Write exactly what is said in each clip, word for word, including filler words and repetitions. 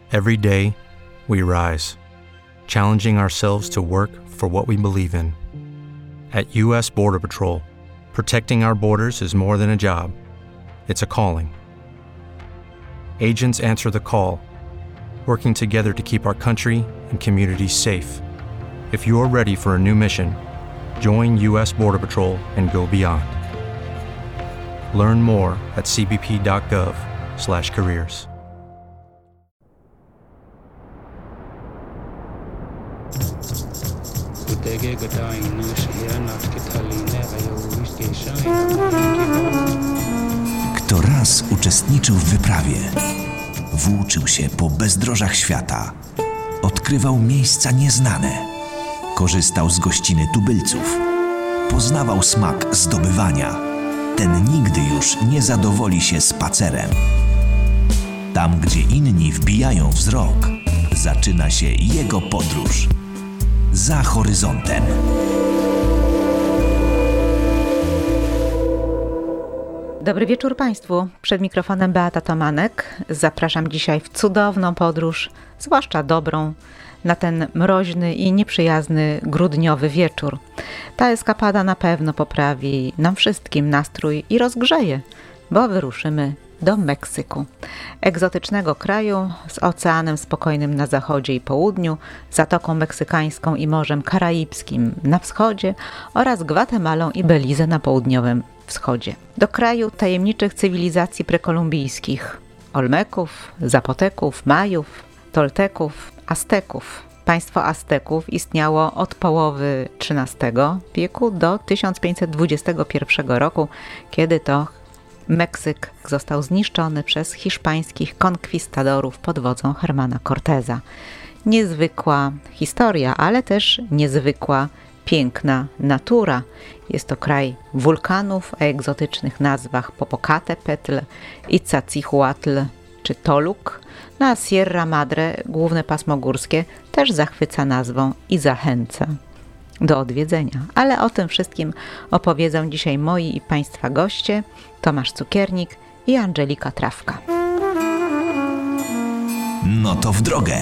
Every day, we rise, challenging ourselves to work for what we believe in. At U S Border Patrol, protecting our borders is more than a job. It's a calling. Agents answer the call, working together to keep our country and communities safe. If you're ready for a new mission, join U S Border Patrol and go beyond. Learn more at c b p dot gov slash careers. Kto raz uczestniczył w wyprawie, włóczył się po bezdrożach świata, odkrywał miejsca nieznane, korzystał z gościny tubylców, poznawał smak zdobywania, ten nigdy już nie zadowoli się spacerem. Tam, gdzie inni wbijają wzrok, zaczyna się jego podróż. Za horyzontem. Dobry wieczór Państwu. Przed mikrofonem Beata Tomanek. Zapraszam dzisiaj w cudowną podróż, zwłaszcza dobrą, na ten mroźny i nieprzyjazny grudniowy wieczór. Ta eskapada na pewno poprawi nam wszystkim nastrój i rozgrzeje, bo wyruszymy do Meksyku. Egzotycznego kraju z Oceanem Spokojnym na zachodzie i południu, Zatoką Meksykańską i Morzem Karaibskim na wschodzie oraz Gwatemalą i Belizę na południowym wschodzie. Do kraju tajemniczych cywilizacji prekolumbijskich, Olmeków, Zapoteków, Majów, Tolteków, Azteków. Państwo Azteków istniało od połowy trzynastego wieku do tysiąc pięćset dwudziestego pierwszego roku, kiedy to Meksyk został zniszczony przez hiszpańskich konkwistadorów pod wodzą Hermana Corteza. Niezwykła historia, ale też niezwykła, piękna natura. Jest to kraj wulkanów o egzotycznych nazwach Popocatépetl, Iztaccíhuatl czy Toluc. No a Sierra Madre, główne pasmo górskie, też zachwyca nazwą i zachęca do odwiedzenia. Ale o tym wszystkim opowiedzą dzisiaj moi i Państwa goście, Tomasz Cukiernik i Angelika Trawka. No to w drogę!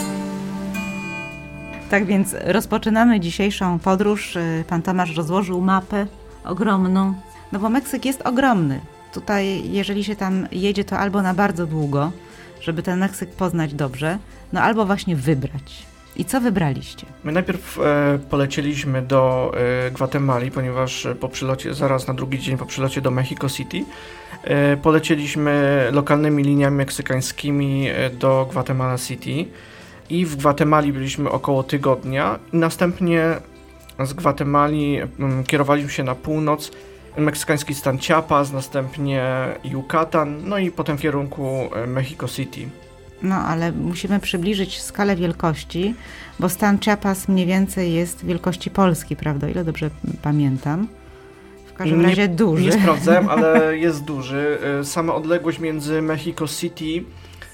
Tak więc rozpoczynamy dzisiejszą podróż. Pan Tomasz rozłożył mapę ogromną, no bo Meksyk jest ogromny. Tutaj, jeżeli się tam jedzie, to albo na bardzo długo, żeby ten Meksyk poznać dobrze, no albo właśnie wybrać. I co wybraliście? My najpierw e, polecieliśmy do e, Gwatemali, ponieważ po przylocie, zaraz na drugi dzień po przylocie do Mexico City, e, polecieliśmy lokalnymi liniami meksykańskimi e, do Guatemala City i w Gwatemali byliśmy około tygodnia i następnie z Gwatemali m, kierowaliśmy się na północ, meksykański stan Chiapas, następnie Yucatan, no i potem w kierunku e, Mexico City. No, ale musimy przybliżyć skalę wielkości, bo stan Chiapas mniej więcej jest wielkości Polski, prawda? Ile dobrze pamiętam. W każdym nie, razie duży. Nie sprawdzałem, ale jest duży. Sama odległość między Mexico City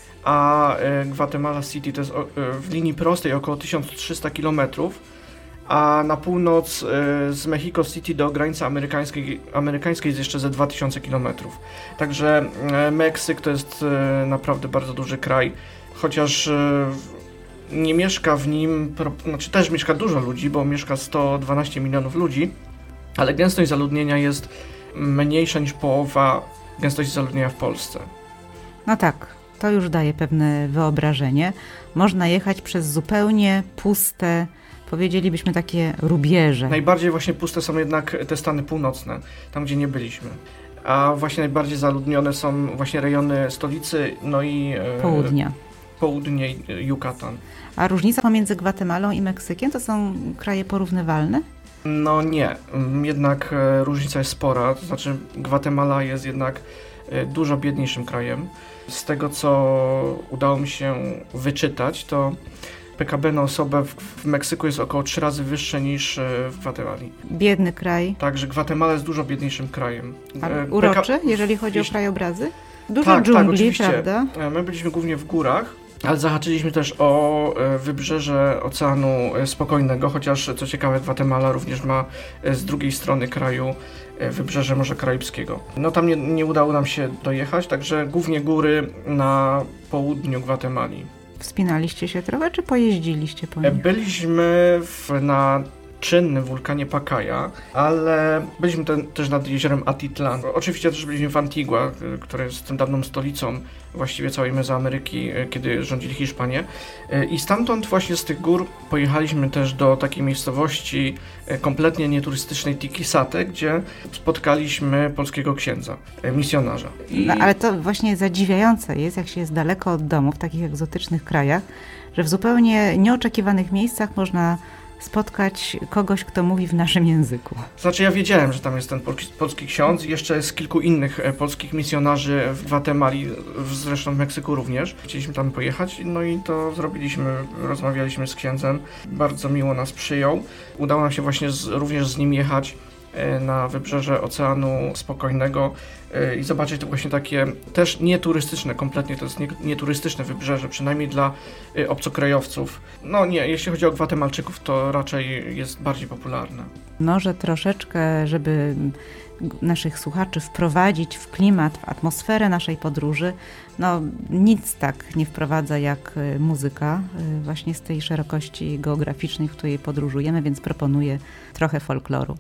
a Guatemala City to jest w linii prostej około tysiąc trzysta kilometrów, a na północ z Mexico City do granicy amerykańskiej, amerykańskiej jest jeszcze ze dwa tysiące kilometrów. Także Meksyk to jest naprawdę bardzo duży kraj, chociaż nie mieszka w nim, znaczy też mieszka dużo ludzi, bo mieszka sto dwanaście milionów ludzi, ale gęstość zaludnienia jest mniejsza niż połowa gęstości zaludnienia w Polsce. No tak, to już daje pewne wyobrażenie. Można jechać przez zupełnie puste, powiedzielibyśmy takie rubieże. Najbardziej właśnie puste są jednak te stany północne, tam gdzie nie byliśmy. A właśnie najbardziej zaludnione są właśnie rejony stolicy, no i e, południa. Południe Yucatan. A różnica pomiędzy Gwatemalą i Meksykiem to są kraje porównywalne? No nie, jednak e, różnica jest spora, to znaczy Gwatemala jest jednak e, dużo biedniejszym krajem. Z tego co udało mi się wyczytać, to P K B na osobę w, w Meksyku jest około trzy razy wyższe niż w Gwatemali. Biedny kraj. Także Gwatemala jest dużo biedniejszym krajem. A uroczy, P K... jeżeli chodzi o krajobrazy? Dużo tak, dżungli, tak, oczywiście. Prawda? My byliśmy głównie w górach, ale zahaczyliśmy też o wybrzeże Oceanu Spokojnego, chociaż co ciekawe Gwatemala również ma z drugiej strony kraju wybrzeże Morza Karaibskiego. No tam nie, nie udało nam się dojechać, także głównie góry na południu Gwatemali. Wspinaliście się trochę, czy pojeździliście po nich? Byliśmy w, na czynnym wulkanie Pacaya, ale byliśmy ten, też nad jeziorem Atitlan. Oczywiście też byliśmy w Antigua, która jest tą dawną stolicą właściwie całej Mezoameryki, kiedy rządzili Hiszpanie. I stamtąd właśnie z tych gór pojechaliśmy też do takiej miejscowości kompletnie nieturystycznej Tiquisate, gdzie spotkaliśmy polskiego księdza, misjonarza. I... No, ale to właśnie zadziwiające jest, jak się jest daleko od domu, w takich egzotycznych krajach, że w zupełnie nieoczekiwanych miejscach można spotkać kogoś, kto mówi w naszym języku. Znaczy ja wiedziałem, że tam jest ten polski, polski ksiądz i jeszcze jest kilku innych e, polskich misjonarzy w Gwatemali, w, zresztą w Meksyku również. Chcieliśmy tam pojechać, no i to zrobiliśmy, rozmawialiśmy z księdzem, bardzo miło nas przyjął. Udało nam się właśnie z, również z nim jechać e, na wybrzeże Oceanu Spokojnego e, i zobaczyć to właśnie takie też nieturystyczne, kompletnie to jest nie, nieturystyczne wybrzeże, przynajmniej dla e, obcokrajowców. No nie, jeśli chodzi o Gwatemalczyków, to raczej jest bardziej popularne. Może troszeczkę, żeby naszych słuchaczy wprowadzić w klimat, w atmosferę naszej podróży, no nic tak nie wprowadza jak muzyka właśnie z tej szerokości geograficznej, w której podróżujemy, więc proponuję trochę folkloru.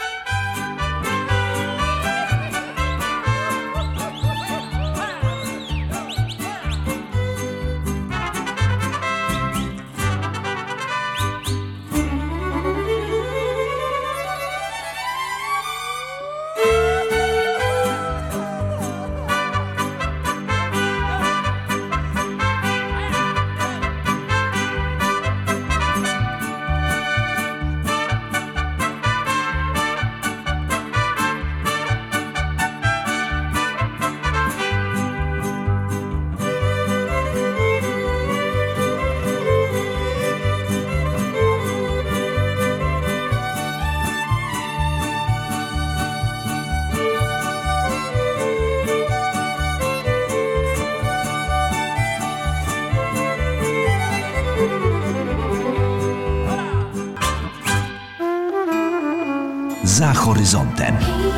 Za horyzontem.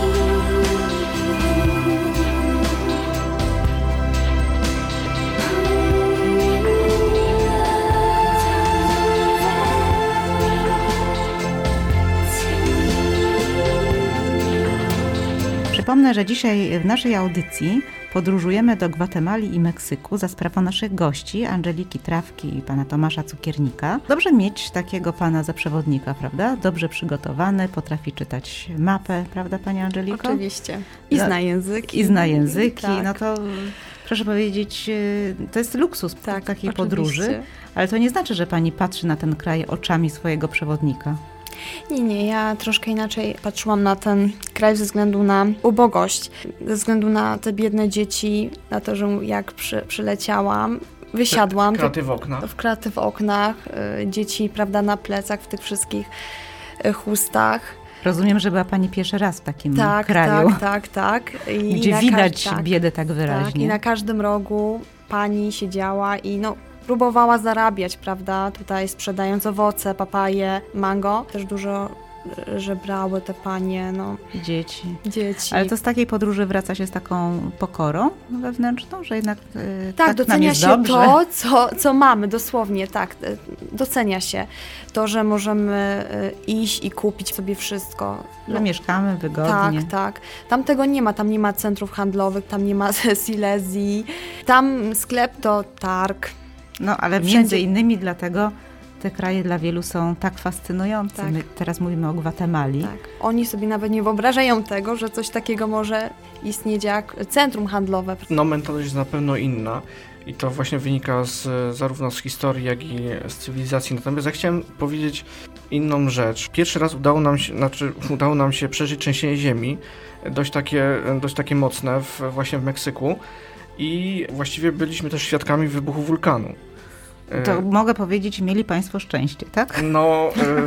Przypomnę, że dzisiaj w naszej audycji podróżujemy do Gwatemali i Meksyku za sprawą naszych gości, Angeliki Trawki i pana Tomasza Cukiernika. Dobrze mieć takiego pana za przewodnika, prawda? Dobrze przygotowany, potrafi czytać mapę, prawda pani Angeliko? Oczywiście. I zna języki. I zna języki, tak. No to proszę powiedzieć, to jest luksus tak, takiej oczywiście. podróży, ale to nie znaczy, że pani patrzy na ten kraj oczami swojego przewodnika. Nie, nie, ja troszkę inaczej patrzyłam na ten kraj ze względu na ubogość, ze względu na te biedne dzieci, na to, że jak przy, przyleciałam, wysiadłam. Kraty w oknach. W kraty w oknach, y, dzieci, prawda, na plecach, w tych wszystkich y, chustach. Rozumiem, że była pani pierwszy raz w takim tak, kraju. Tak, tak, tak. I gdzie na widać każ- tak, biedę tak wyraźnie. Tak, i na każdym rogu pani siedziała i no próbowała zarabiać, prawda, tutaj sprzedając owoce, papaje, mango. Też dużo żebrały te panie, no. Dzieci. Dzieci. Ale to z takiej podróży wraca się z taką pokorą wewnętrzną, że jednak yy, tak, tak docenia nam jest się dobrze. to, co, co mamy, dosłownie, tak. Docenia się to, że możemy iść i kupić sobie wszystko. Że mieszkamy wygodnie. Tak, tak. Tam tego nie ma, tam nie ma centrów handlowych, tam nie ma Silesii. Tam sklep to targ. No, ale Wszędzie. między innymi dlatego te kraje dla wielu są tak fascynujące. Tak. My teraz mówimy o Gwatemali. Tak. Oni sobie nawet nie wyobrażają tego, że coś takiego może istnieć jak centrum handlowe. No mentalność jest na pewno inna i to właśnie wynika z, zarówno z historii, jak i z cywilizacji. Natomiast ja chciałem powiedzieć inną rzecz. Pierwszy raz udało nam się, znaczy udało nam się przeżyć trzęsienie ziemi, dość takie, dość takie mocne w, właśnie w Meksyku i właściwie byliśmy też świadkami wybuchu wulkanu. To mogę powiedzieć, mieli państwo szczęście, tak? No,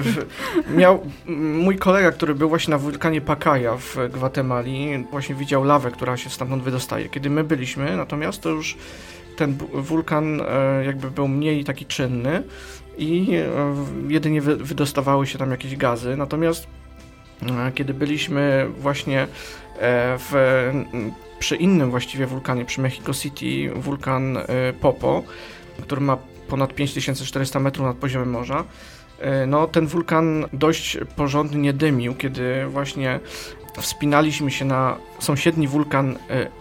e, miał mój kolega, który był właśnie na wulkanie Pacaya w Gwatemali, właśnie widział lawę, która się stamtąd wydostaje. Kiedy my byliśmy, natomiast to już ten wulkan e, jakby był mniej taki czynny i e, jedynie wy, wydostawały się tam jakieś gazy. Natomiast e, kiedy byliśmy właśnie e, w, przy innym właściwie wulkanie, przy Mexico City, wulkan e, Popo, który ma ponad pięć tysięcy czterysta metrów nad poziomem morza. No, ten wulkan dość porządnie dymił, kiedy właśnie wspinaliśmy się na sąsiedni wulkan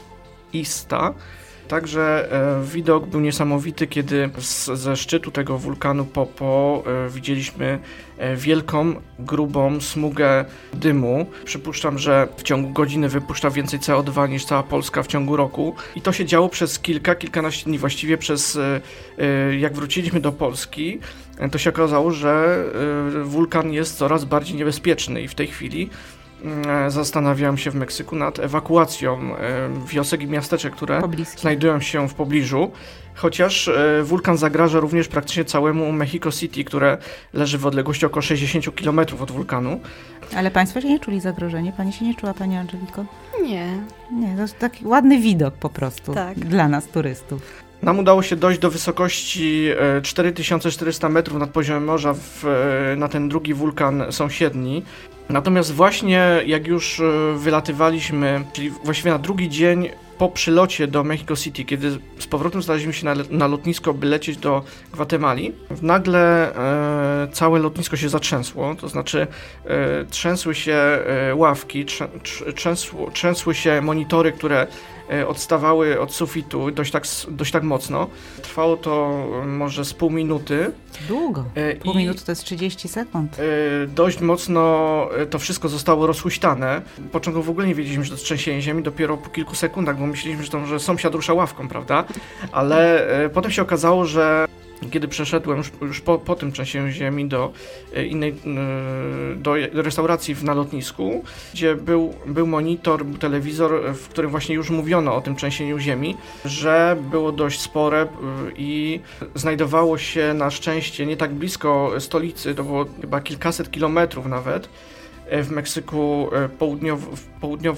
Ista. Także e, widok był niesamowity, kiedy z, ze szczytu tego wulkanu Popo e, widzieliśmy e, wielką, grubą smugę dymu. Przypuszczam, że w ciągu godziny wypuszcza więcej C O dwa niż cała Polska w ciągu roku. I to się działo przez kilka, kilkanaście dni, właściwie przez, e, e, jak wróciliśmy do Polski, e, to się okazało, że e, wulkan jest coraz bardziej niebezpieczny i w tej chwili zastanawiałem się w Meksyku nad ewakuacją wiosek i miasteczek, które Pobliskie. znajdują się w pobliżu, chociaż wulkan zagraża również praktycznie całemu Mexico City, które leży w odległości około sześćdziesiąt kilometrów od wulkanu. Ale Państwo się nie czuli zagrożeni? Pani się nie czuła, Pani Angeliko? Nie. Nie, to jest taki ładny widok po prostu tak. dla nas, turystów. Nam udało się dojść do wysokości cztery tysiące czterysta metrów nad poziomem morza w, na ten drugi wulkan sąsiedni. Natomiast właśnie jak już wylatywaliśmy, czyli właściwie na drugi dzień po przylocie do Mexico City, kiedy z powrotem staliśmy się na, na lotnisko, by lecieć do Gwatemali, nagle e, całe lotnisko się zatrzęsło, to znaczy e, trzęsły się e, ławki, trzę, trzęsło, trzęsły się monitory, które e, odstawały od sufitu dość tak, dość tak mocno. Trwało to może z pół minuty. Długo. E, Pół i, minuty to jest trzydzieści sekund. E, dość mocno to wszystko zostało rozhuśtane. Początkowo w ogóle nie wiedzieliśmy, że to jest trzęsienie ziemi, dopiero po kilku sekundach, bo myśleliśmy, że, to, że sąsiad rusza ławką, prawda? Ale e, potem się okazało, że kiedy przeszedłem już, już po, po tym trzęsieniu ziemi do e, innej, e, do restauracji w, na lotnisku, gdzie był, był monitor, był telewizor, w którym właśnie już mówiono o tym trzęsieniu ziemi, że było dość spore e, i znajdowało się na szczęście nie tak blisko stolicy, to było chyba kilkaset kilometrów nawet, w Meksyku, południowo, w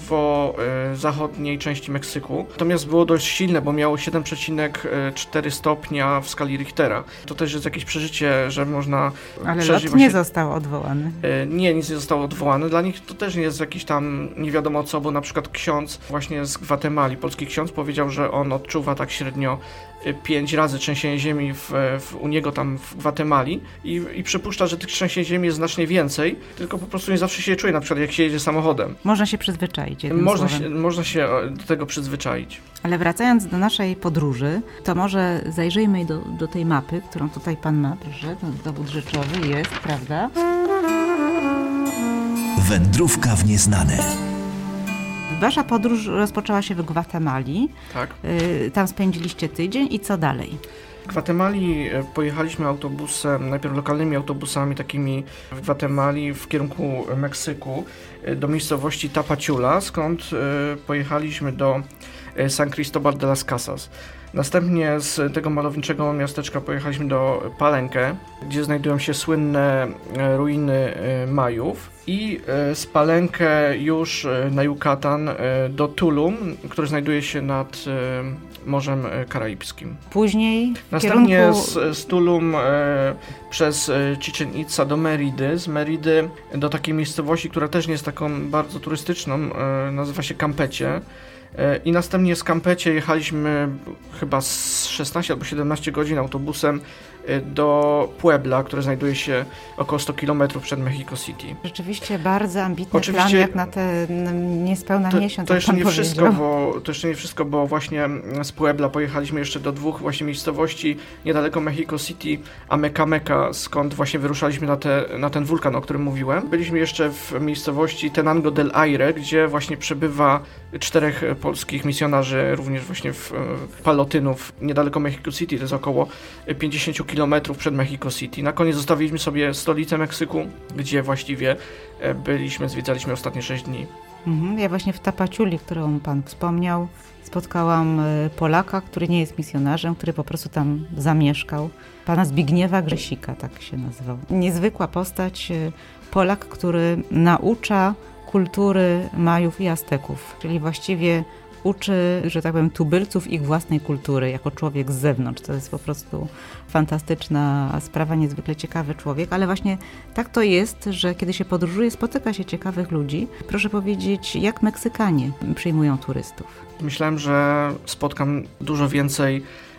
południowo-zachodniej części Meksyku. Natomiast było dość silne, bo miało siedem przecinek cztery stopnia w skali Richtera. To też jest jakieś przeżycie, że można Ale przeżyć lot właśnie... nie został odwołany. Nie, nic nie zostało odwołane. Dla nich to też nie jest jakiś tam nie wiadomo co, bo na przykład ksiądz właśnie z Gwatemali, polski ksiądz powiedział, że on odczuwa tak średnio pięć razy trzęsienie ziemi w, w, u niego tam w Gwatemali i, i przypuszcza, że tych trzęsień ziemi jest znacznie więcej, tylko po prostu nie zawsze się je czuje, na przykład jak się jedzie samochodem. Można się przyzwyczaić. Można się, można się do tego przyzwyczaić. Ale wracając do naszej podróży, to może zajrzyjmy do, do tej mapy, którą tutaj Pan ma, proszę, to dowód rzeczowy jest, prawda? Wędrówka w nieznane. Wasza podróż rozpoczęła się w Gwatemali. Tak. Y, tam spędziliście tydzień i co dalej? W Gwatemali pojechaliśmy autobusem, najpierw lokalnymi autobusami takimi w Gwatemali w kierunku Meksyku do miejscowości Tapachula, skąd pojechaliśmy do San Cristobal de las Casas. Następnie z tego malowniczego miasteczka pojechaliśmy do Palenque, gdzie znajdują się słynne ruiny Majów, i z Palenque już na Yucatan do Tulum, który znajduje się nad Morzem Karaibskim. Później w Następnie kierunku... z, z Tulum e, przez Chichen Itza do Meridy, z Meridy do takiej miejscowości, która też nie jest taką bardzo turystyczną, e, nazywa się Campecie. I następnie z Campecie jechaliśmy chyba z szesnaście albo siedemnaście godzin autobusem do Puebla, które znajduje się około sto kilometrów przed Mexico City. Rzeczywiście bardzo ambitny Oczywiście, plan, jak na te niespełna to, miesiąc, to jak jeszcze pan nie powiedział. wszystko, bo To jeszcze nie wszystko, bo właśnie z Puebla pojechaliśmy jeszcze do dwóch właśnie miejscowości niedaleko Mexico City, Ameca Meca, skąd właśnie wyruszaliśmy na, te, na ten wulkan, o którym mówiłem. Byliśmy jeszcze w miejscowości Tenango del Aire, gdzie właśnie przebywa czterech polskich misjonarzy, również właśnie w Palotynów, niedaleko Mexico City, to jest około pięćdziesiąt kilometrów przed Mexico City. Na koniec zostawiliśmy sobie stolicę Meksyku, gdzie właściwie byliśmy, zwiedzaliśmy ostatnie sześć dni. Mhm. Ja właśnie w Tapachuli, którą pan wspomniał, spotkałam Polaka, który nie jest misjonarzem, który po prostu tam zamieszkał. Pana Zbigniewa Grzesika, tak się nazywał. Niezwykła postać, Polak, który naucza kultury Majów i Azteków, czyli właściwie uczy, że tak powiem, tubylców ich własnej kultury, jako człowiek z zewnątrz. To jest po prostu fantastyczna sprawa, niezwykle ciekawy człowiek, ale właśnie tak to jest, że kiedy się podróżuje, spotyka się ciekawych ludzi. Proszę powiedzieć, jak Meksykanie przyjmują turystów? Myślałem, że spotkam dużo więcej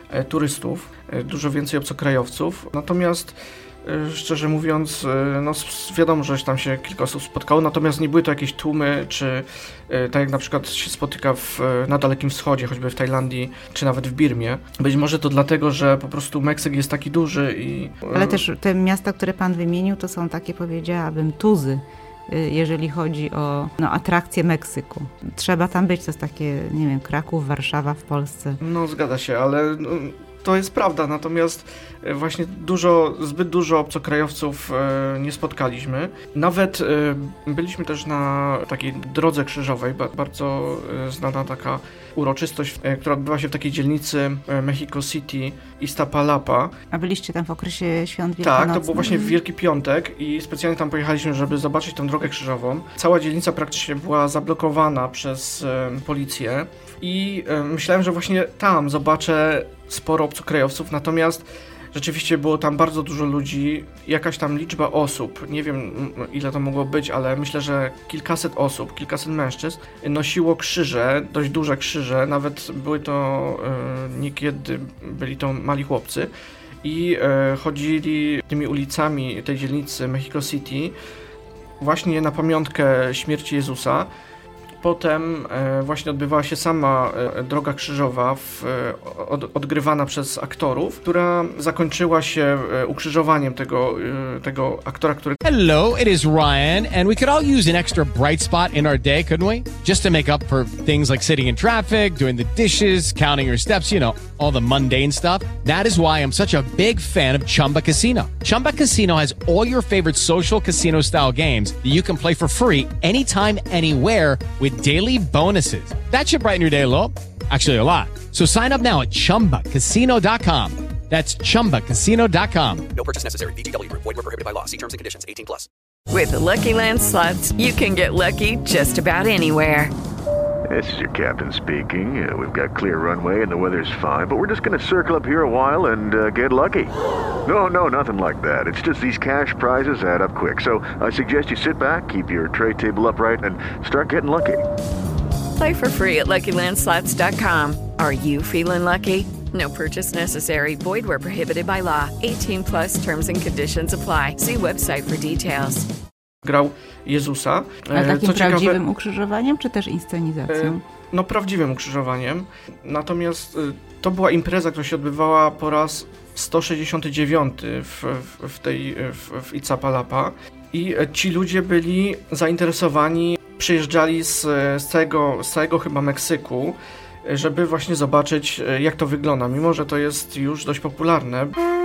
turystów, dużo więcej obcokrajowców. Natomiast szczerze mówiąc, no wiadomo, że tam się kilka osób spotkało, natomiast nie były to jakieś tłumy, czy tak jak na przykład się spotyka w, na Dalekim Wschodzie, choćby w Tajlandii, czy nawet w Birmie. Być może to dlatego, że po prostu Meksyk jest taki duży i... Ale też te miasta, które pan wymienił, to są takie, powiedziałabym, tuzy, jeżeli chodzi o no, atrakcje Meksyku. Trzeba tam być, to jest takie, nie wiem, Kraków, Warszawa w Polsce. No zgadza się, ale... No, to jest prawda, natomiast właśnie dużo, zbyt dużo obcokrajowców e, nie spotkaliśmy. Nawet e, byliśmy też na takiej drodze krzyżowej, ba, bardzo e, znana taka uroczystość, e, która odbywa się w takiej dzielnicy e, Mexico City, Iztapalapa. A byliście tam w okresie świąt wielkanocnych? Tak, to był właśnie w Wielki Piątek i specjalnie tam pojechaliśmy, żeby zobaczyć tę drogę krzyżową. Cała dzielnica praktycznie była zablokowana przez e, policję i e, myślałem, że właśnie tam zobaczę sporo obcokrajowców, natomiast rzeczywiście było tam bardzo dużo ludzi, jakaś tam liczba osób, nie wiem ile to mogło być, ale myślę, że kilkaset osób, kilkaset mężczyzn nosiło krzyże, dość duże krzyże, nawet były to e, niekiedy, byli to mali chłopcy i e, chodzili tymi ulicami tej dzielnicy Mexico City właśnie na pamiątkę śmierci Jezusa. Potem e, właśnie odbywała się sama e, droga krzyżowa w, e, od, odgrywana przez aktorów, która zakończyła się e, ukrzyżowaniem tego, e, tego aktora, który... Hello, it is Ryan, and we could all use an extra bright spot in our day, couldn't we? Just to make up for things like sitting in traffic, doing the dishes, counting your steps, you know, all the mundane stuff. That is why I'm such a big fan of Chumba Casino. Chumba Casino has all your favorite social casino-style games that you can play for free anytime, anywhere with daily bonuses. That should brighten your day a little. Actually, a lot. So sign up now at chumba casino dot com. That's chumba casino dot com. No purchase necessary. V G W Group. Void where prohibited by law. See terms and conditions. eighteen plus. With the Lucky Land Slots, you can get lucky just about anywhere. This is your captain speaking. Uh, we've got clear runway and the weather's fine, but we're just going to circle up here a while and uh, get lucky. No, no, nothing like that. It's just these cash prizes add up quick. So I suggest you sit back, keep your tray table upright, and start getting lucky. Play for free at lucky land slots dot com. Are you feeling lucky? No purchase necessary. Void where prohibited by law. eighteen plus terms and conditions apply. See website for details. Grał Jezusa. Ale takim Co prawdziwym ciekawe, ukrzyżowaniem, czy też inscenizacją? No prawdziwym ukrzyżowaniem. Natomiast to była impreza, która się odbywała po raz sto sześćdziesiąty dziewiąty w, w, w tej w, w Iztapalapa i ci ludzie byli zainteresowani, przyjeżdżali z, z, całego, z całego chyba Meksyku, żeby właśnie zobaczyć, jak to wygląda, mimo że to jest już dość popularne.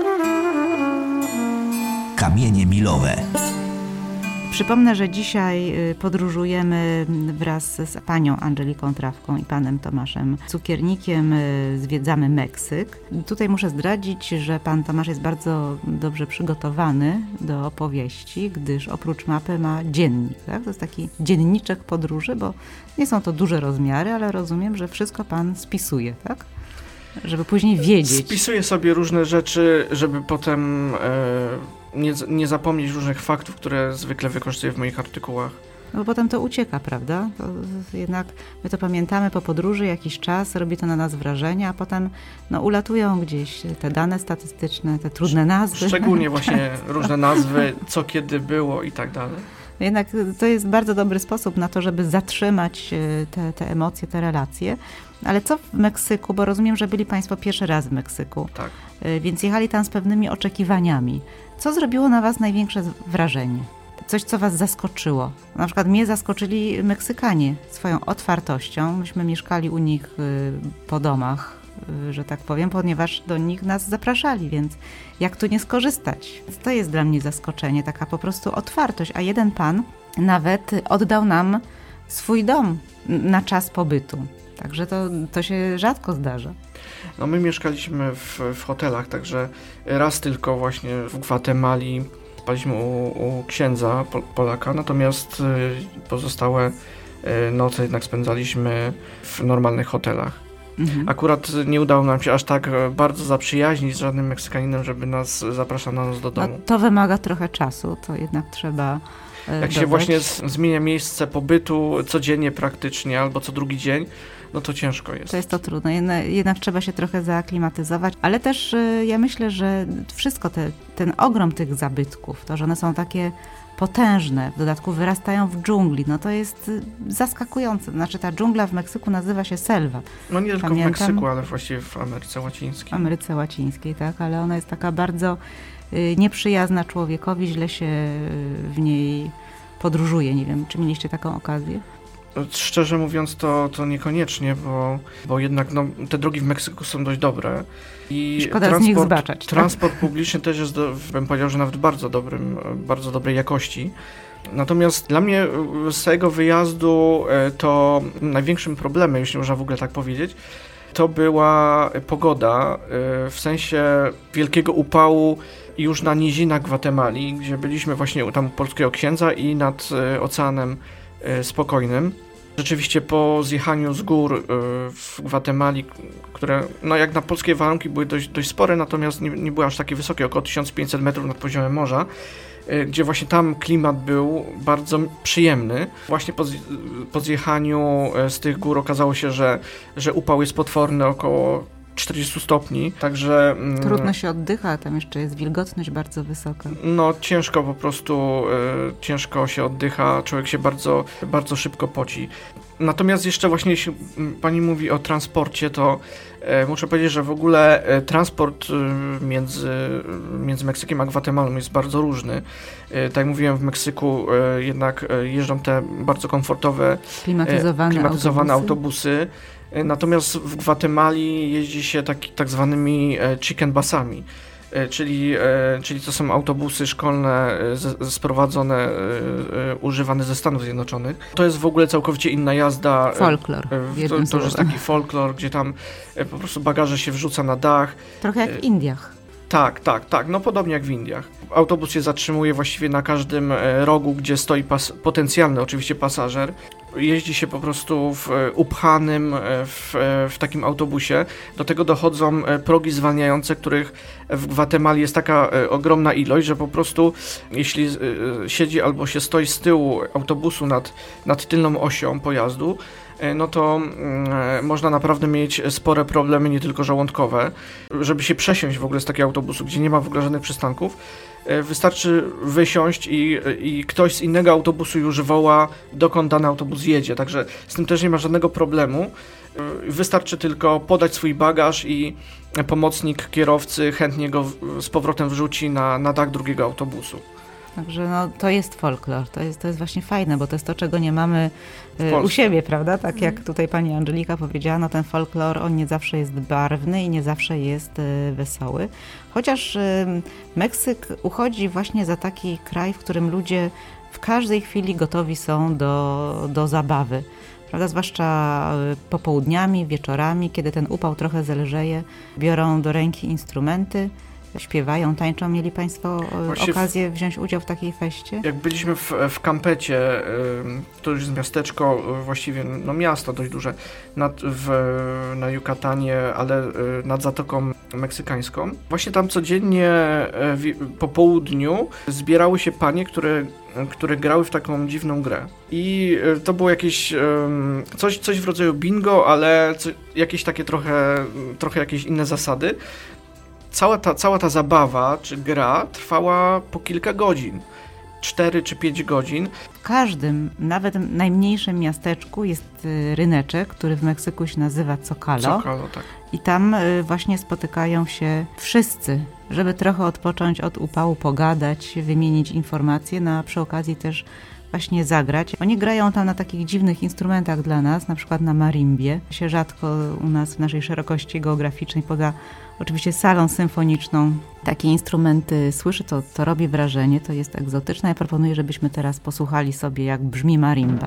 Kamienie milowe. Przypomnę, że dzisiaj podróżujemy wraz z panią Angeliką Trawką i panem Tomaszem Cukiernikiem, zwiedzamy Meksyk. Tutaj muszę zdradzić, że pan Tomasz jest bardzo dobrze przygotowany do opowieści, gdyż oprócz mapy ma dziennik. Tak? To jest taki dzienniczek podróży, bo nie są to duże rozmiary, ale rozumiem, że wszystko pan spisuje, tak? Żeby później wiedzieć. Spisuję sobie różne rzeczy, żeby potem e, nie, nie zapomnieć różnych faktów, które zwykle wykorzystuję w moich artykułach. No bo potem to ucieka, prawda? To jednak my to pamiętamy po podróży jakiś czas, robi to na nas wrażenie, a potem no, ulatują gdzieś te dane statystyczne, te trudne nazwy. Szczególnie właśnie różne nazwy, co kiedy było i tak dalej. Jednak to jest bardzo dobry sposób na to, żeby zatrzymać te, te emocje, te relacje. Ale co w Meksyku, bo rozumiem, że byli państwo pierwszy raz w Meksyku, tak. Więc jechali tam z pewnymi oczekiwaniami. Co zrobiło na was największe wrażenie? Coś, co was zaskoczyło? Na przykład mnie zaskoczyli Meksykanie swoją otwartością. Myśmy mieszkali u nich po domach, że tak powiem, ponieważ do nich nas zapraszali, więc jak tu nie skorzystać? To jest dla mnie zaskoczenie, taka po prostu otwartość. A jeden pan nawet oddał nam swój dom na czas pobytu. Także to, to się rzadko zdarza. No my mieszkaliśmy w, w hotelach, także raz tylko właśnie w Gwatemali spaliśmy u, u księdza Pol- Polaka, natomiast y, pozostałe y, noce jednak spędzaliśmy w normalnych hotelach. Mhm. Akurat nie udało nam się aż tak bardzo zaprzyjaźnić z żadnym Meksykaninem, żeby nas zapraszał na nas do domu. No, to wymaga trochę czasu, to jednak trzeba Jak dodać. Się właśnie z, zmienia miejsce pobytu codziennie praktycznie albo co drugi dzień, no to ciężko jest. To jest to trudne, jednak, jednak trzeba się trochę zaaklimatyzować, ale też ja myślę, że wszystko, te, ten ogrom tych zabytków, to, że one są takie potężne, w dodatku wyrastają w dżungli, no to jest zaskakujące. Znaczy ta dżungla w Meksyku nazywa się selwa. No nie tylko Pamiętam, w Meksyku, ale właściwie w Ameryce Łacińskiej. W Ameryce Łacińskiej, tak, ale ona jest taka bardzo y, nieprzyjazna człowiekowi, źle się w niej podróżuje. Nie wiem, czy mieliście taką okazję? Szczerze mówiąc, to, to niekoniecznie, bo, bo jednak no, te drogi w Meksyku są dość dobre. I szkoda transport, z nich zbaczać. Transport tak? publiczny też jest, do, bym powiedział, że nawet bardzo dobrym, bardzo dobrej jakości. Natomiast dla mnie z całego wyjazdu to największym problemem, jeśli można w ogóle tak powiedzieć, to była pogoda, w sensie wielkiego upału już na nizinach Gwatemali, gdzie byliśmy właśnie tam u polskiego księdza i nad Oceanem Spokojnym. Rzeczywiście po zjechaniu z gór w Gwatemali, które no jak na polskie warunki były dość, dość spore, natomiast nie, nie były aż takie wysokie, około tysiąc pięćset metrów nad poziomem morza, gdzie właśnie tam klimat był bardzo przyjemny. Właśnie po, po zjechaniu z tych gór okazało się, że, że upał jest potworny, około czterdzieści stopni, także... Trudno się oddycha, tam jeszcze jest wilgotność bardzo wysoka. No ciężko po prostu, y, ciężko się oddycha, człowiek się bardzo, bardzo szybko poci. Natomiast jeszcze właśnie jeśli pani mówi o transporcie, to y, muszę powiedzieć, że w ogóle y, transport y, między, między Meksykiem a Gwatemalą jest bardzo różny. Y, tak jak mówiłem, w Meksyku y, jednak y, jeżdżą te bardzo komfortowe, klimatyzowane, y, klimatyzowane autobusy. autobusy. Natomiast w Gwatemali jeździ się taki, tak zwanymi chicken busami, czyli, czyli to są autobusy szkolne z, sprowadzone, używane ze Stanów Zjednoczonych. To jest w ogóle całkowicie inna jazda. Folklor. To, to już jest taki folklor, gdzie tam po prostu bagaże się wrzuca na dach. Trochę jak w Indiach. Tak, tak, tak, no podobnie jak w Indiach. Autobus się zatrzymuje właściwie na każdym rogu, gdzie stoi pas- potencjalny oczywiście pasażer. Jeździ się po prostu w upchanym w, w takim autobusie. Do tego dochodzą progi zwalniające, których w Gwatemali jest taka ogromna ilość, że po prostu jeśli siedzi albo się stoi z tyłu autobusu nad, nad tylną osią pojazdu, no to mm, można naprawdę mieć spore problemy, nie tylko żołądkowe. Żeby się przesiąść w ogóle z takiego autobusu, gdzie nie ma w ogóle żadnych przystanków, wystarczy wysiąść i, i ktoś z innego autobusu już woła, dokąd dany autobus jedzie. Także z tym też nie ma żadnego problemu. Wystarczy tylko podać swój bagaż i pomocnik kierowcy chętnie go z powrotem wrzuci na, na dach drugiego autobusu. Także no, to jest folklor, to jest, to jest właśnie fajne, bo to jest to, czego nie mamy y, u siebie, prawda? Tak jak tutaj pani Angelika powiedziała, no ten folklor, on nie zawsze jest barwny i nie zawsze jest y, wesoły. Chociaż y, Meksyk uchodzi właśnie za taki kraj, w którym ludzie w każdej chwili gotowi są do, do zabawy. Prawda? Zwłaszcza popołudniami, wieczorami, kiedy ten upał trochę zelżeje, biorą do ręki instrumenty, śpiewają, tańczą. Mieli Państwo Właśnie okazję wziąć udział w takiej feście? Jak byliśmy w, w Campecie, to już jest miasteczko, właściwie no miasto dość duże, nad, w, na Yucatanie, ale nad Zatoką Meksykańską. Właśnie tam codziennie po południu zbierały się panie, które, które grały w taką dziwną grę. I to było jakieś coś, coś w rodzaju bingo, ale co, jakieś takie trochę, trochę jakieś inne zasady. Cała ta, cała ta zabawa czy gra trwała po kilka godzin, cztery czy pięć godzin. W każdym, nawet najmniejszym miasteczku jest ryneczek, który w Meksyku się nazywa Zocalo. Zocalo, tak. I tam właśnie spotykają się wszyscy, żeby trochę odpocząć od upału, pogadać, wymienić informacje, no a przy okazji też właśnie zagrać. Oni grają tam na takich dziwnych instrumentach dla nas, na przykład na marimbie. Się rzadko u nas w naszej szerokości geograficznej, poza oczywiście salą symfoniczną, takie instrumenty słyszy, to, to robi wrażenie, to jest egzotyczne. Ja proponuję, żebyśmy teraz posłuchali sobie, jak brzmi marimba.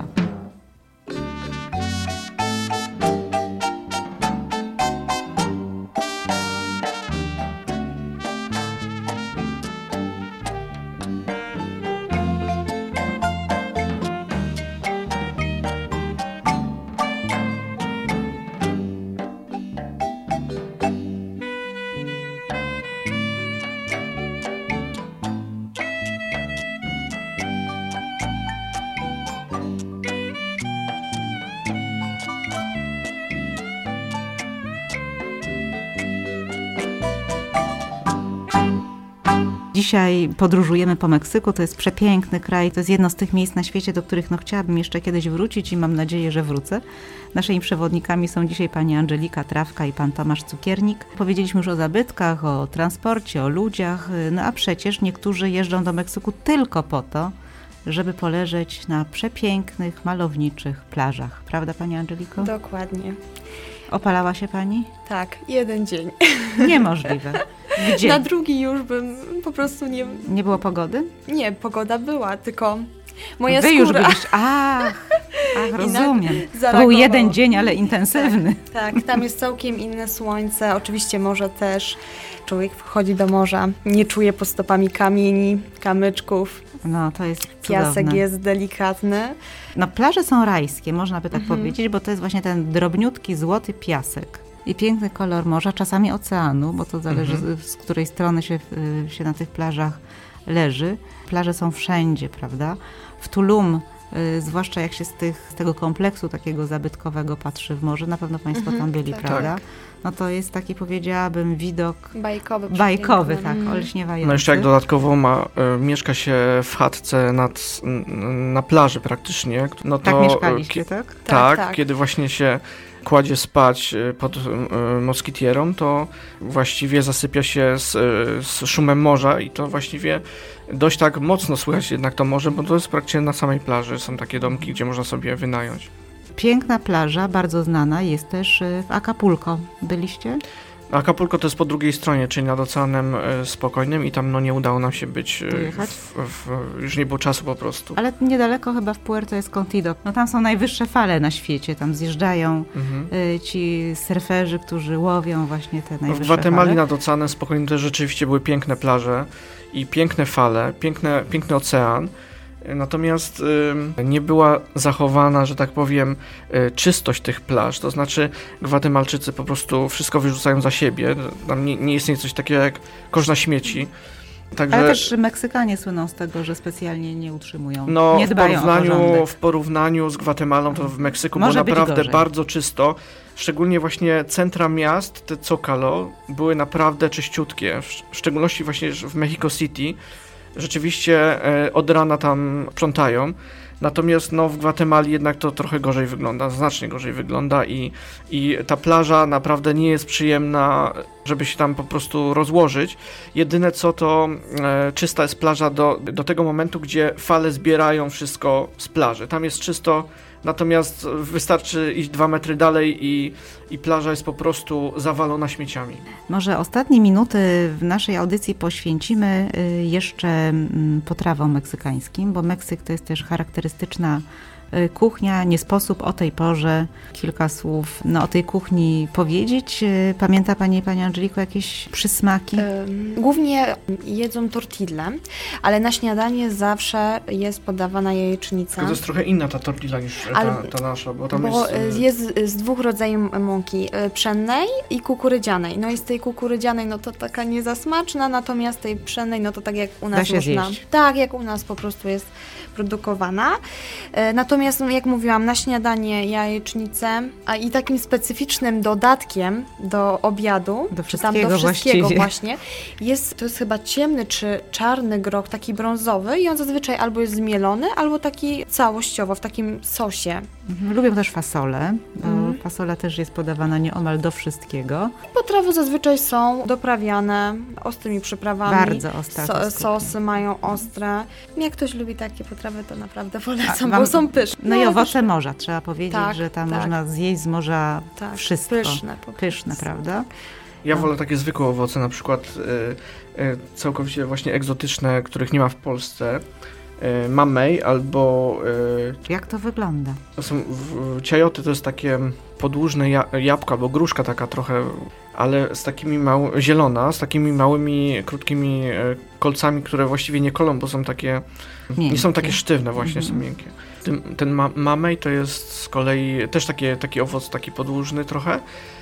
Dzisiaj podróżujemy po Meksyku, to jest przepiękny kraj, to jest jedno z tych miejsc na świecie, do których no, chciałabym jeszcze kiedyś wrócić i mam nadzieję, że wrócę. Naszymi przewodnikami są dzisiaj pani Angelika Trawka i pan Tomasz Cukiernik. Powiedzieliśmy już o zabytkach, o transporcie, o ludziach, no a przecież niektórzy jeżdżą do Meksyku tylko po to, żeby poleżeć na przepięknych, malowniczych plażach. Prawda, pani Angeliko? Dokładnie. Opalała się pani? Tak, jeden dzień. Niemożliwe. Gdzie? Na drugi już bym po prostu nie... Nie było pogody? Nie, pogoda była, tylko moja Wy skóra... już byliście... Ach, ach rozumiem. To zareagował. był jeden dzień, ale intensywny. Tak, tak, tam jest całkiem inne słońce, oczywiście morze też. Człowiek wchodzi do morza, nie czuje pod stopami kamieni, kamyczków. No, to jest Piasek cudowne. jest delikatny. No, plaże są rajskie, można by tak Mhm. powiedzieć, bo to jest właśnie ten drobniutki, złoty piasek. I piękny kolor morza, czasami oceanu, bo to zależy Mhm. z, z której strony się, y, się na tych plażach leży. Plaże są wszędzie, prawda? W Tulum, y, zwłaszcza jak się z, tych, z tego kompleksu takiego zabytkowego patrzy w morze, na pewno państwo Mhm, tam byli, tak. prawda? Tak. No to jest taki, powiedziałabym, widok Bajkowy. bajkowy, przepiękny. tak, Mhm. olśniewający. No jeszcze jak dodatkowo ma, y, mieszka się w chatce nad, n- na plaży praktycznie, no to... Tak mieszkaliście, ki- tak? Tak, Tak, tak. kiedy właśnie się kładzie spać y, pod y, moskitierą, to właściwie zasypia się z, y, z szumem morza i to właściwie dość tak mocno słychać jednak to morze, bo to jest praktycznie na samej plaży. Są takie domki, gdzie można sobie wynająć. Piękna plaża, bardzo znana, jest też y, w Acapulco. Byliście? Acapulco to jest po drugiej stronie, czyli nad Oceanem y, Spokojnym i tam no nie udało nam się być, y, Dojechać? w, w, już nie było czasu po prostu. Ale niedaleko chyba w Puerto Escondido. No tam są najwyższe fale na świecie, tam zjeżdżają Mhm. y, ci surferzy, którzy łowią właśnie te W najwyższe Gwatemali fale. nad Oceanem Spokojnym też rzeczywiście były piękne plaże i piękne fale, piękne, piękny ocean. Natomiast y, nie była zachowana, że tak powiem, y, czystość tych plaż. To znaczy Gwatemalczycy po prostu wszystko wyrzucają za siebie. Tam nie, nie istnieje coś takiego jak kosz na śmieci. Także, Ale też Meksykanie słyną z tego, że specjalnie nie utrzymują, no, nie w dbają o porównaniu, porządek. w porównaniu z Gwatemalą, to w Meksyku Może było być naprawdę gorzej. bardzo czysto. Szczególnie właśnie centra miast, te Zocalo, były naprawdę czyściutkie. W w szczególności właśnie w Mexico City. Rzeczywiście e, od rana tam sprzątają. Natomiast no, w Gwatemali jednak to trochę gorzej wygląda, znacznie gorzej wygląda i, i ta plaża naprawdę nie jest przyjemna, żeby się tam po prostu rozłożyć. Jedyne co to e, czysta jest plaża do, do tego momentu, gdzie fale zbierają wszystko z plaży. Tam jest czysto, natomiast wystarczy iść dwa metry dalej i, i plaża jest po prostu zawalona śmieciami. Może ostatnie minuty w naszej audycji poświęcimy y, jeszcze mm, potrawom meksykańskim, bo Meksyk to jest też charakterystyczna y, kuchnia. Nie sposób o tej porze kilka słów no, o tej kuchni powiedzieć. Y, Pamięta Pani, Pani Angeliko, jakieś przysmaki? Ym, Głównie jedzą tortille, ale na śniadanie zawsze jest podawana jajecznica. To jest trochę inna ta tortilla niż ta, Ale- ta nasza, bo tam Bo jest... y, jest z- z dwóch rodzajów mąki, y, pszennej i kukurydzianej. No i z tej kukurydzianej, no to taka nie za smaczna, natomiast tej pszennej, no to tak jak u nas się można... zjeść. Tak, jak u nas po prostu jest produkowana. Y, Natomiast, no, jak mówiłam, na śniadanie jajecznicę, a i takim specyficznym dodatkiem do obiadu, Do czy tam wszystkiego do wszystkiego właściwie. właśnie, jest, to jest chyba ciemny czy czarny groch, taki brązowy i on zazwyczaj albo jest zmielony, albo taki całościowo, w takim sosie. Mhm. Lubię też fasolę, bo Mhm. fasola też jest podawana nieomal do wszystkiego. Potrawy zazwyczaj są doprawiane ostrymi przyprawami. Bardzo ostra to So, jest sosy mają ostre. Jak ktoś lubi takie potrawy, to naprawdę polecam, wam- bo są pyszne. No i ale owoce też- morza, trzeba powiedzieć, Tak, że tam tak. można zjeść z morza tak, wszystko. Pyszne. Po Pyszne, prostu. prawda? Ja No. wolę takie zwykłe owoce, na przykład y, y, całkowicie właśnie egzotyczne, których nie ma w Polsce. Y, mamej albo y, Jak to wygląda? to są w, ciajoty, to jest takie podłużne ja, jabłko albo gruszka taka trochę, ale z takimi mał, zielona, z takimi małymi, krótkimi y, kolcami, które właściwie nie kolą, bo są takie, Miękkie. nie są takie sztywne właśnie, Mhm. są miękkie. Ten, ten ma, mamej to jest z kolei też takie, taki owoc, taki podłużny trochę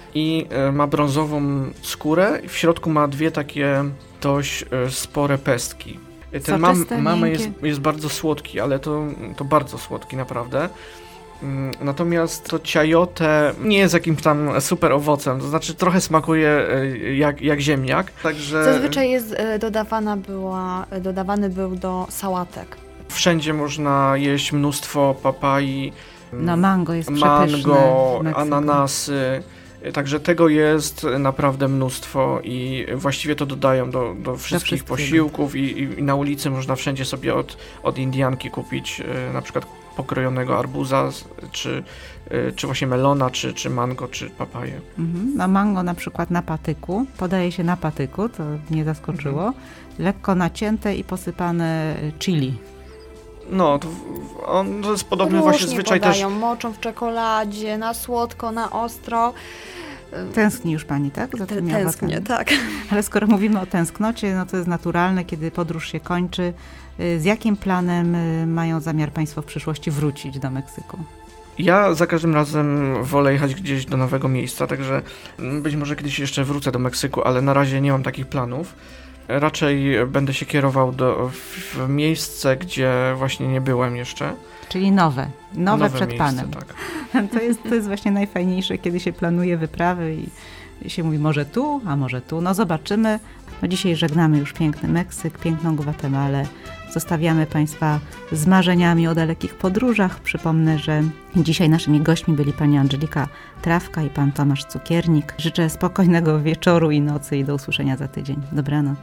i y, ma brązową skórę i w środku ma dwie takie dość y, spore pestki. Y, Ten mam, Soczyste, mamej miękkie. jest, jest bardzo słodki, ale to, to bardzo słodki naprawdę. Natomiast to chayote nie jest jakimś tam super owocem, to znaczy trochę smakuje jak, jak ziemniak, także... Zazwyczaj jest dodawana była, dodawany był do sałatek. Wszędzie można jeść mnóstwo papai, no mango jest mango, ananasy, także tego jest naprawdę mnóstwo i właściwie to dodają do, do wszystkich do posiłków i, i na ulicy można wszędzie sobie od, od Indianki kupić na przykład pokrojonego arbuza, czy, czy właśnie melona, czy, czy mango, czy papaję. Mhm. No mango na przykład na patyku, podaje się na patyku, to mnie zaskoczyło, mhm. lekko nacięte i posypane chili. No, to, on, to jest podobny Różnie właśnie zwyczaj podają, też. moczą w czekoladzie, na słodko, na ostro. Tęskni już pani, tak? Za tymi Tęsknię, owocami. tak. Ale skoro mówimy o tęsknocie, no to jest naturalne, kiedy podróż się kończy. Z jakim planem mają zamiar państwo w przyszłości wrócić do Meksyku? Ja za każdym razem wolę jechać gdzieś do nowego miejsca, także być może kiedyś jeszcze wrócę do Meksyku, ale na razie nie mam takich planów. Raczej będę się kierował do, w miejsce, gdzie właśnie nie byłem jeszcze. Czyli nowe, nowe, nowe przed miejsce, panem. Tak. To jest, to jest właśnie najfajniejsze, kiedy się planuje wyprawy i, i się mówi może tu, a może tu. No zobaczymy. No dzisiaj żegnamy już piękny Meksyk, piękną Gwatemalę. Zostawiamy państwa z marzeniami o dalekich podróżach. Przypomnę, że dzisiaj naszymi gośćmi byli pani Angelika Trawka i pan Tomasz Cukiernik. Życzę spokojnego wieczoru i nocy i do usłyszenia za tydzień. Dobranoc.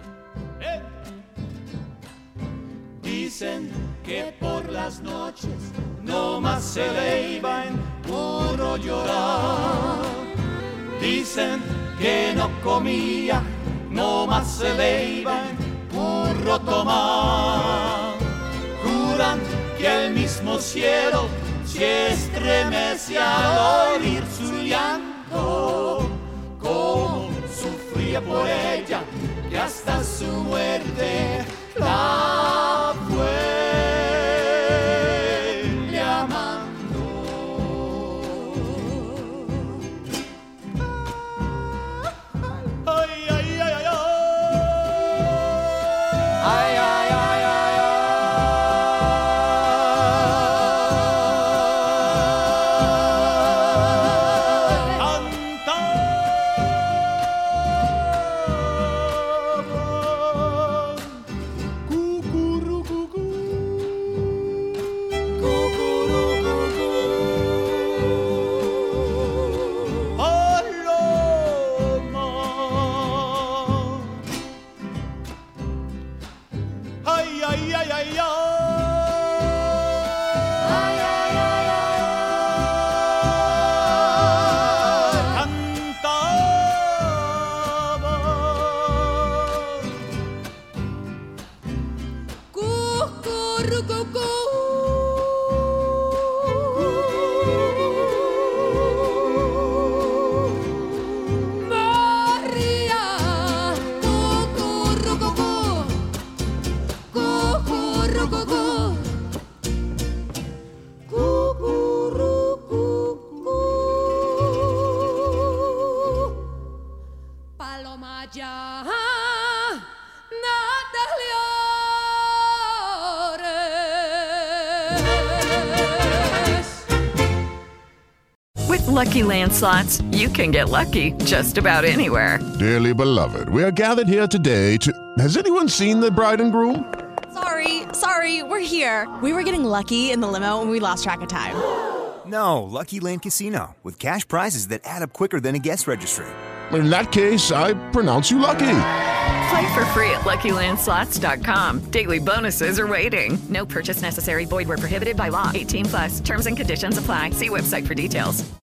Dicen que por las noches no más se le iba en puro llorar. Dicen que no comía, no más se le iba en puro tomar. Juran que el mismo cielo se estremece al oír su llanto. Como sufría por ella, que hasta su muerte la fue llamando. Ay, ay, ay, ay, ay. Ay, ay, ay, ay, ay. Lucky Land Slots, you can get lucky just about anywhere. Dearly beloved, we are gathered here today to... Has anyone seen the bride and groom? Sorry, sorry, we're here. We were getting lucky in the limo and we lost track of time. No, Lucky Land Casino, with cash prizes that add up quicker than a guest registry. In that case, I pronounce you lucky. Play for free at Lucky Land Slots dot com. Daily bonuses are waiting. No purchase necessary. Void where prohibited by law. eighteen plus. Terms and conditions apply. See website for details.